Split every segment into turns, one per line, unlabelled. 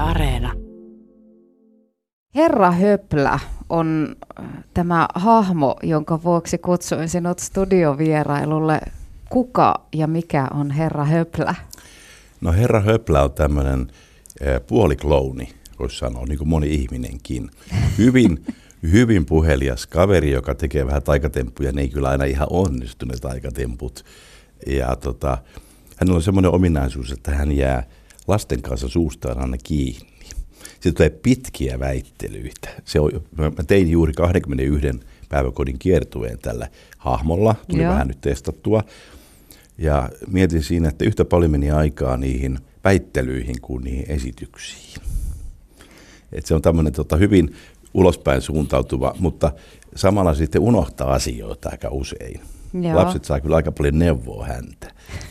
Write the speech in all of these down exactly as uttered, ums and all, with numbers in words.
Areena.
Herra Höplä on tämä hahmo, jonka vuoksi kutsuin sinut studiovierailulle. Kuka ja mikä on Herra Höplä?
No Herra Höplä on tämmöinen puoliklouni, voisi sanoa, niin kuin moni ihminenkin. Hyvin, hyvin puhelias kaveri, joka tekee vähän taikatemppuja. Ne ei kyllä aina ihan onnistu ne taikatemput. Ja tota, hänellä on semmoinen ominaisuus, että hän jää lasten kanssa suustaan aina kiinni. Sitten tulee pitkiä väittelyitä. Se on, mä tein juuri kaksikymmentäyksi päiväkodin kiertueen tällä hahmolla. Tuli Joo. vähän nyt testattua. Ja mietin siinä, että yhtä paljon meni aikaa niihin väittelyihin kuin niihin esityksiin. Et se on tämmöinen tota, hyvin ulospäin suuntautuva, mutta samalla sitten unohtaa asioita aika usein. Joo. Lapset saa kyllä aika paljon neuvoa häntä.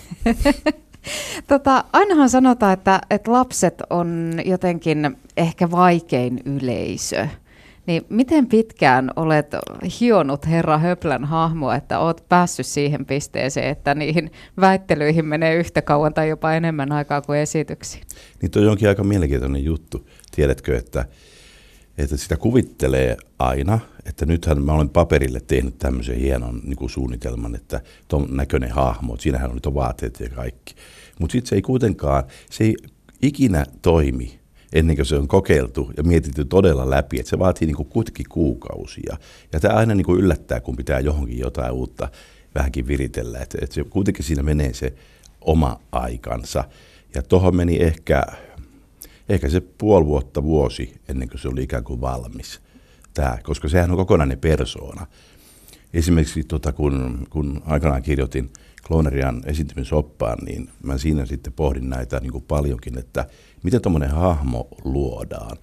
Tota, ainahan sanotaan, että, että lapset on jotenkin ehkä vaikein yleisö. Niin miten pitkään olet hionut Herra Höplän hahmoa, että olet päässyt siihen pisteeseen, että niihin väittelyihin menee yhtä kauan tai jopa enemmän aikaa kuin esityksiin?
Niin toi onkin aika mielenkiintoinen juttu. Tiedätkö, että, että sitä kuvittelee aina, että nythän mä olen paperille tehnyt tämmöisen hienon niin kuin suunnitelman, että ton näköinen hahmo, siinähän on nyt vaatteet ja kaikki. Mutta sitten se ei kuitenkaan, se ei ikinä toimi ennen kuin se on kokeiltu ja mietitty todella läpi, että se vaatii niin kuin kuitenkin kuukausia. Ja tämä aina niin kuin yllättää, kun pitää johonkin jotain uutta vähänkin viritellä, että, että se, kuitenkin siinä menee se oma aikansa. Ja tuohon meni ehkä, ehkä se puoli vuotta, vuosi ennen kuin se oli ikään kuin valmis, tämä, koska sehän on kokonainen persoona. Esimerkiksi tota, kun, kun aikanaan kirjoitin Kloonerian esiintymisoppaan, niin mä siinä sitten pohdin näitä niin kuin paljonkin, että miten tuommoinen hahmo luodaan.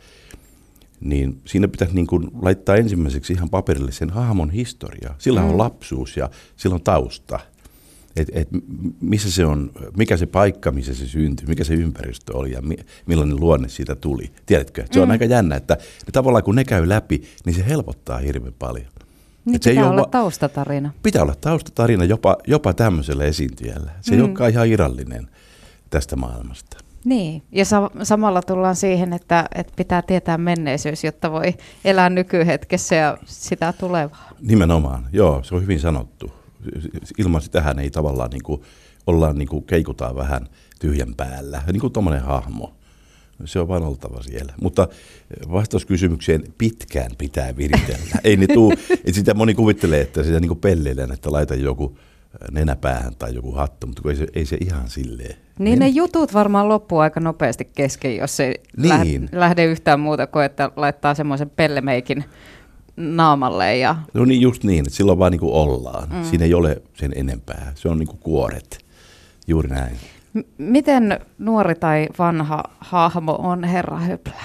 Niin siinä pitäisi niin kuin laittaa ensimmäiseksi ihan paperille sen hahmon historia. Sillä on mm. lapsuus ja sillä on tausta. Et, et missä se on, mikä se paikka, missä se syntyi, mikä se ympäristö oli ja mi, millainen luonne siitä tuli. Tiedätkö? Se mm. on aika jännä, että tavallaan kun ne käy läpi, niin se helpottaa hirveän paljon.
Niin pitää olla va- taustatarina.
Pitää olla taustatarina jopa, jopa tämmöisellä esiintyjällä. Se mm. ei olekaan ihan irrallinen tästä maailmasta.
Niin, ja sa- samalla tullaan siihen, että, että pitää tietää menneisyys, jotta voi elää nykyhetkessä ja sitä tulevaa.
Nimenomaan, joo, se on hyvin sanottu. Ilman sitähän ei tavallaan niin kuin, ollaan niin kuin keikutaan vähän tyhjän päällä, niin kuin tommoinen hahmo. Se on vain oltava siellä. Mutta vastauskysymykseen pitkään pitää viritellä. Ei ne tuu, että sitä moni kuvittelee, että sitä niin kuin pelleillään, että laita joku nenäpäähän tai joku hattu, mutta ei se, ei se ihan silleen.
Niin ne jutut varmaan loppuu aika nopeasti kesken, jos ei niin. lähde yhtään muuta kuin, että laittaa semmoisen pellemeikin naamalle. Ja...
No niin, just niin, että silloin vaan niin kuin ollaan. Mm. Siinä ei ole sen enempää. Se on niin kuin kuoret. Juuri näin.
M- miten nuori tai vanha hahmo on Herra Höplä?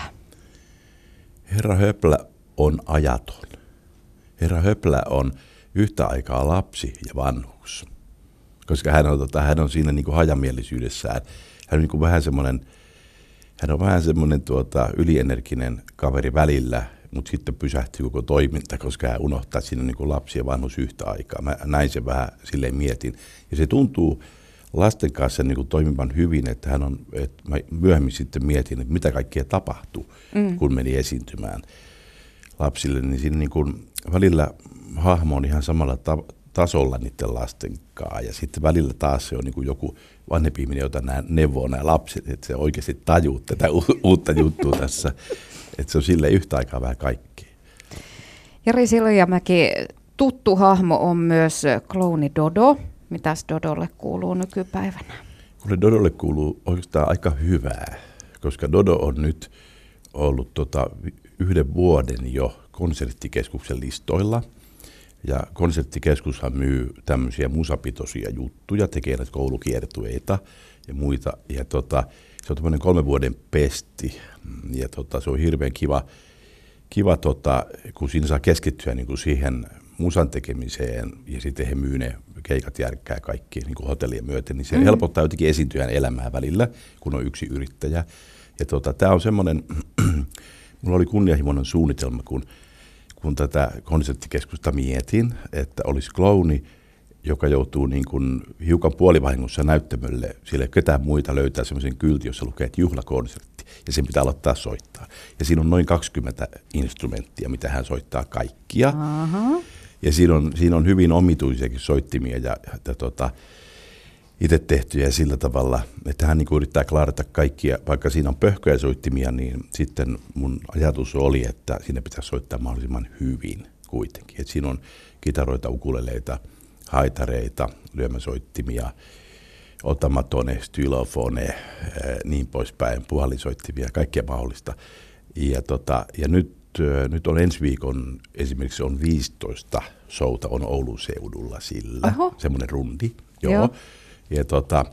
Herra Höplä on ajaton. Herra Höplä on yhtä aikaa lapsi ja vanhuus. Koska hän on, tota, hän on siinä niin kuin hajamielisyydessään. Hän on niin kuin vähän semmoinen, hän on vähän semmoinen tuota, ylienerginen kaveri välillä, mutta sitten pysähtyy koko toiminta, koska hän unohtaa siinä niin kuin lapsi ja vanhuus yhtä aikaa. Mä näin sen vähän silleen mietin. Ja se tuntuu lasten kanssa niin kuin toimivan hyvin, että hän on, että mä myöhemmin sitten mietin, että mitä kaikkea tapahtui, mm. kun meni esiintymään lapsille. Niin siinä niin kuin välillä hahmo on ihan samalla ta- tasolla niiden lasten kanssa. Ja sitten välillä taas se on niin kuin joku vanhempi ihminen, jota nämä neuvoo nämä lapset, että se oikeasti tajuu tätä u- uutta juttua tässä. Että se on silleen yhtä aikaa vähän kaikkea.
Jari Siljamäki, tuttu hahmo on myös klooni Dodo. Mitäs Dodolle kuuluu nykypäivänä?
Kuule, Dodolle kuuluu oikeastaan aika hyvää, koska Dodo on nyt ollut tota yhden vuoden jo konserttikeskuksen listoilla. Ja konserttikeskushan myy tämmöisiä musapitoisia juttuja, tekee näitä koulukiertueita ja muita. Ja tota, se on tämmöinen kolmen vuoden pesti ja tota, se on hirveän kiva, kiva tota, kun siinä saa keskittyä niin kuin siihen musan tekemiseen ja sitten he myy ne keikat järkkää kaikki niin kuin hotellien myöten, niin se mm. helpottaa jotenkin esiintyjän elämää välillä, kun on yksi yrittäjä. Ja tota, tämä on semmoinen, mulla oli kunnianhimoinen suunnitelma, kun, kun tätä konserttikeskusta mietin, että olisi klouni, joka joutuu niin kuin hiukan puolivahingossa näyttämölle, sillä ketään muita löytää semmoisen kyltin, jossa lukee, että juhlakonsertti. instrumentit, ja sen pitää aloittaa soittaa. Ja siinä on noin kaksikymmentä instrumenttia, mitä hän soittaa kaikkia. Aha. Ja siinä on, siinä on hyvin omituisiakin soittimia ja, ja tota, itse tehtyjä sillä tavalla, että hän niin kuin yrittää klaarata kaikkia, vaikka siinä on pöhköjä soittimia, niin sitten mun ajatus oli, että siinä pitäisi soittaa mahdollisimman hyvin kuitenkin. Et siinä on kitaroita, ukuleleita, haitareita, lyömäsoittimia, otamatone, stylofone, niin poispäin, puhallinsoittimia, kaikkea mahdollista. Ja, tota, ja nyt, nyt on ensi viikon, esimerkiksi on viisitoista showta on Oulun seudulla sillä, semmoinen rundi. Joo. Joo. Ja tota,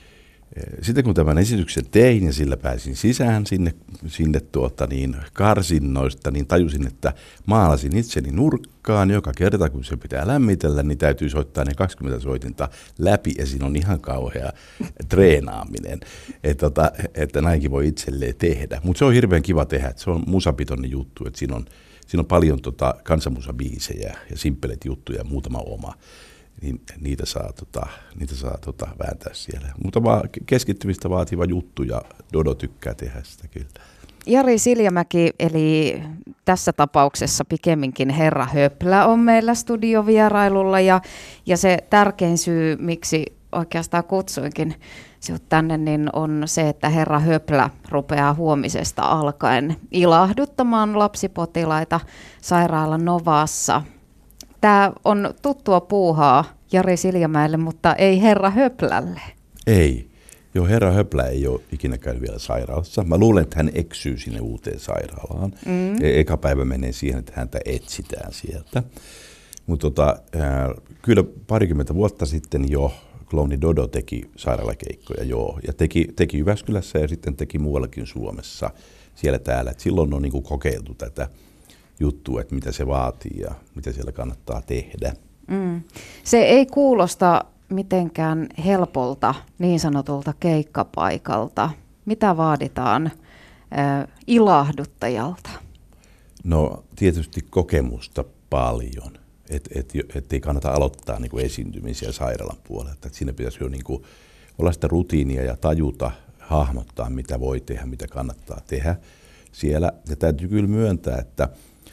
sitten kun tämän esityksen tein ja sillä pääsin sisään sinne, sinne tuota niin, karsinnoista, niin tajusin, että maalasin itseni nurkkaan. Joka kerta kun se pitää lämmitellä, niin täytyy soittaa ne kaksikymmentä soitinta läpi ja siinä on ihan kauhea treenaaminen, että, tota, että näinkin voi itselleen tehdä. Mutta se on hirveän kiva tehdä, että se on musapitoinen juttu, että siinä on, siinä on paljon tota, kansanmusabiisejä ja simppelet juttuja ja muutama oma. Niin niitä saa, tota, niitä saa tota, vääntää siellä. Mutta vaan keskittymistä vaativa juttu ja Dodo tykkää tehdä sitä kyllä.
Jari Siljamäki, eli tässä tapauksessa pikemminkin herra Höplä on meillä studiovierailulla ja, ja se tärkein syy, miksi oikeastaan kutsuinkin sinut tänne, niin on se, että herra Höplä rupeaa huomisesta alkaen ilahduttamaan lapsipotilaita sairaala Novassa. Tämä on tuttua puuhaa Jari Siljamäelle, mutta ei herra Höplälle.
Ei. Joo, herra Höplä ei ole ikinä käynyt vielä sairaalassa. Mä luulen, että hän eksyy sinne uuteen sairaalaan. Mm. Eka päivä menee siihen, että häntä etsitään sieltä. Mutta tota, äh, kyllä parikymmentä vuotta sitten jo klooni Dodo teki sairaalakeikkoja, joo. Ja teki, teki Jyväskylässä ja sitten teki muuallakin Suomessa, siellä täällä. Et silloin on niinku kokeiltu tätä juttu, että mitä se vaatii ja mitä siellä kannattaa tehdä.
Mm. Se ei kuulosta mitenkään helpolta niin sanotulta keikkapaikalta. Mitä vaaditaan äh, ilahduttajalta?
No tietysti kokemusta paljon. Että et, et ei kannata aloittaa niinku esiintymisiä sairaalan puolelta. Et siinä pitäisi jo niinku olla sitä rutiinia ja tajuta, hahmottaa mitä voi tehdä, mitä kannattaa tehdä siellä. Ja täytyy kyllä myöntää, että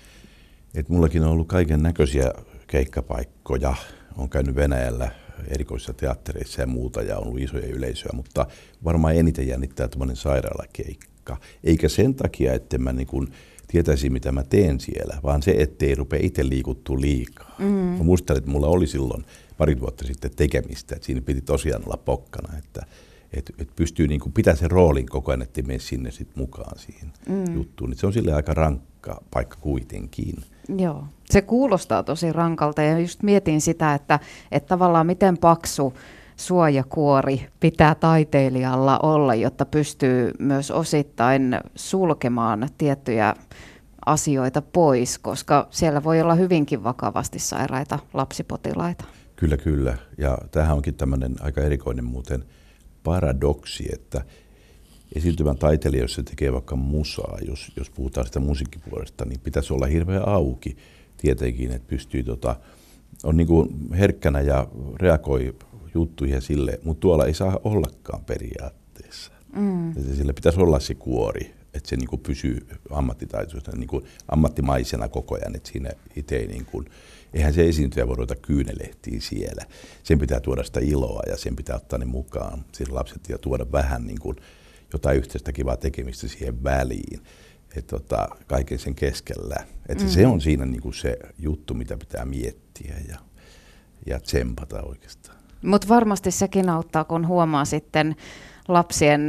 Et mullakin on ollut kaiken näköisiä keikkapaikkoja. Olen käynyt Venäjällä erikoisissa teattereissa ja muuta ja on ollut isoja yleisöjä, mutta varmaan eniten jännittää tämmöinen sairaalakeikka. Eikä sen takia, että mä niin kuin tietäisin, mitä mä teen siellä, vaan se, ettei rupea itse liikuttua liikaa. Mm. Mä muistelin, että mulla oli silloin pari vuotta sitten tekemistä, että siinä piti tosiaan olla pokkana, että et, et pystyy niin kuin pitämään sen roolin koko ajan, ettei mene sinne sit mukaan siihen mm. juttuun. Et se on silleen aika rankka paikka kuitenkin.
Joo, se kuulostaa tosi rankalta ja just mietin sitä, että, että tavallaan miten paksu suojakuori pitää taiteilijalla olla, jotta pystyy myös osittain sulkemaan tiettyjä asioita pois, koska siellä voi olla hyvinkin vakavasti sairaita lapsipotilaita.
Kyllä, kyllä. Ja tämähän onkin tämmöinen aika erikoinen muuten paradoksi, että esiintyvän taiteilija, jos se tekee vaikka musaa, jos, jos puhutaan sitä musiikkipuolesta, niin pitäisi olla hirveän auki tietenkin, että pystyy, tota, on niin kuin herkkänä ja reagoi juttuihin sille, mutta tuolla ei saa ollakaan periaatteessa. Mm. Sillä pitäisi olla se kuori, että se niin kuin pysyy ammattitaitoisena, niin kuin ammattimaisena koko ajan, että siinä itse ei niin kuin, eihän se esiintyjä voi ruveta kyynelehtiin siellä. Sen pitää tuoda sitä iloa ja sen pitää ottaa ne mukaan, siis lapset, ja tuoda vähän niin kuin jotain yhteistä kivaa tekemistä siihen väliin, että tota, kaiken sen keskellä. Että mm. se on siinä niinku se juttu, mitä pitää miettiä ja, ja tsempata oikeastaan.
Mutta varmasti sekin auttaa, kun huomaa sitten lapsien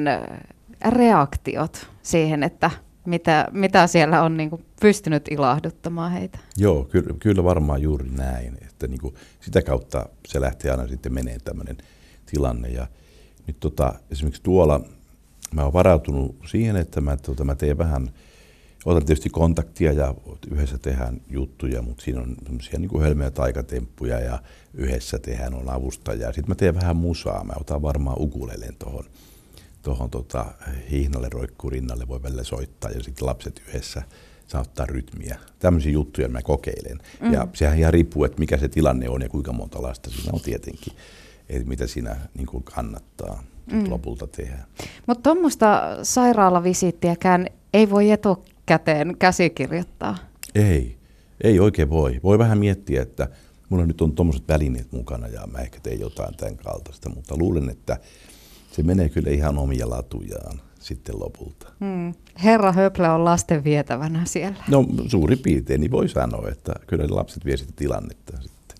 reaktiot siihen, että mitä, mitä siellä on niinku pystynyt ilahduttamaan heitä.
Joo, kyllä, kyllä varmaan juuri näin. Että niinku sitä kautta se lähtee aina sitten menee tämmöinen tilanne. Ja nyt tota, esimerkiksi tuolla mä oon varautunut siihen, että mä, tuota, mä teen vähän, otan tietysti kontaktia ja yhdessä tehdään juttuja, mutta siinä on semmoisia niin kuin hölmöjä taikatemppuja ja yhdessä tehdään on avustajaa. Sitten mä teen vähän musaa, mä otan varmaan ukulelen tuohon tohon, tota, hihnalle roikkuu rinnalle, voi välillä soittaa ja sitten lapset yhdessä saa ottaa rytmiä. Tämmöisiä juttuja mä kokeilen. Mm. Ja sehän ihan riippuu, että mikä se tilanne on ja kuinka monta lasta siinä on tietenkin, että mitä siinä niin kuin kannattaa.
mm.
lopulta tehdään.
Mutta tuommoista sairaalavisiittiäkään ei voi etukäteen käsikirjoittaa.
Ei, ei oikein voi. Voi vähän miettiä, että mulla nyt on tuommoiset välineet mukana ja mä ehkä teen jotain tämän kaltaista, mutta luulen, että se menee kyllä ihan omia latujaan sitten lopulta.
Mm. Herra Höplä on lasten vietävänä siellä.
No suurin piirtein, niin voi sanoa, että kyllä ne lapset vie sitä tilannetta sitten.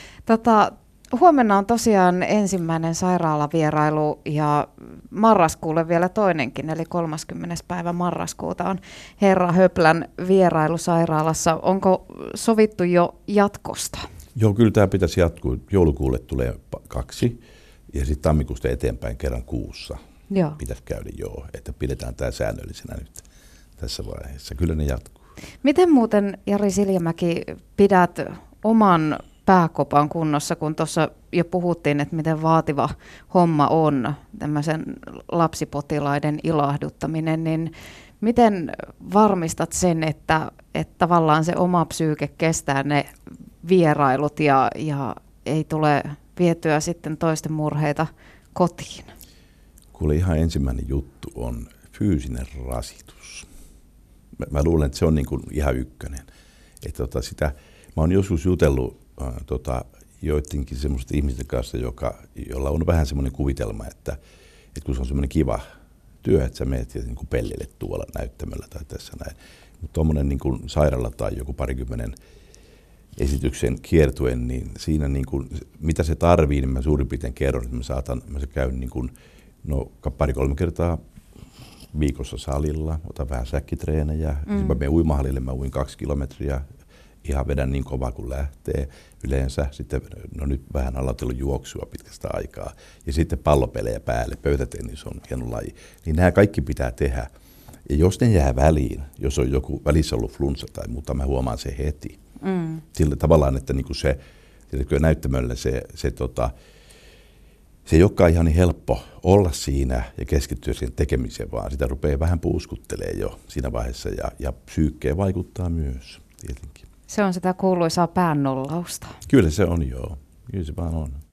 Tota, huomenna on tosiaan ensimmäinen sairaalavierailu ja marraskuulle vielä toinenkin, eli kolmaskymmenes päivä marraskuuta on Herra Höplän vierailu sairaalassa. Onko sovittu jo jatkosta?
Joo, kyllä tämä pitäisi jatkuu. Joulukuulle tulee kaksi ja sitten tammikuusta eteenpäin kerran kuussa.
Joo.
Pitäisi käydä joo, että pidetään tämä säännöllisenä nyt tässä vaiheessa. Kyllä ne jatkuu.
Miten muuten, Jari Siljamäki, pidät oman pääkopan kunnossa, kun tuossa jo puhuttiin, että miten vaativa homma on tämmöisen lapsipotilaiden ilahduttaminen, niin miten varmistat sen, että, että tavallaan se oma psyyke kestää ne vierailut ja, ja ei tule vietyä sitten toisten murheita kotiin?
Kuule, ihan ensimmäinen juttu on fyysinen rasitus. Mä, mä luulen, että se on niin kuin ihan ykkönen. Että tota sitä, mä oon joskus jutellut äh, tota, joidenkin semmoisten ihmisten kanssa, joka, jolla on vähän semmoinen kuvitelma, että, että kun se on semmoinen kiva työ, että sä menet ja niin kuin pellille tuolla näyttämällä tai tässä näin. Mutta tuommoinen niin kuin sairaala tai joku parikymmenen esityksen kiertuen, niin siinä niin kuin, mitä se tarvii, niin mä suurin piirtein kerron, että mä saatan, mä käyn niin kuin, no pari-kolme kertaa viikossa salilla, otan vähän säkkitreenejä, mm. mä menen uimahallille, mä uin kaksi kilometriä, ihan vedän niin kovaa kuin lähtee yleensä, sitten no nyt vähän aloitellut juoksua pitkästä aikaa, ja sitten pallopelejä päälle, pöytätennis on hieno laji, niin nämä kaikki pitää tehdä, ja jos ne jää väliin, jos on joku välissä ollut flunssa tai muuta, mä huomaan se heti, mm. sillä tavallaan, että niinku se, näyttämöllä se, se tota, se ei olekaan ihan niin helppo olla siinä ja keskittyä siihen tekemiseen, vaan sitä rupeaa vähän puuskuttelee jo siinä vaiheessa ja, ja psyykkeen vaikuttaa myös tietenkin.
Se on sitä kuuluisaa päännollausta.
Kyllä se on, joo. Kyllä se vaan on.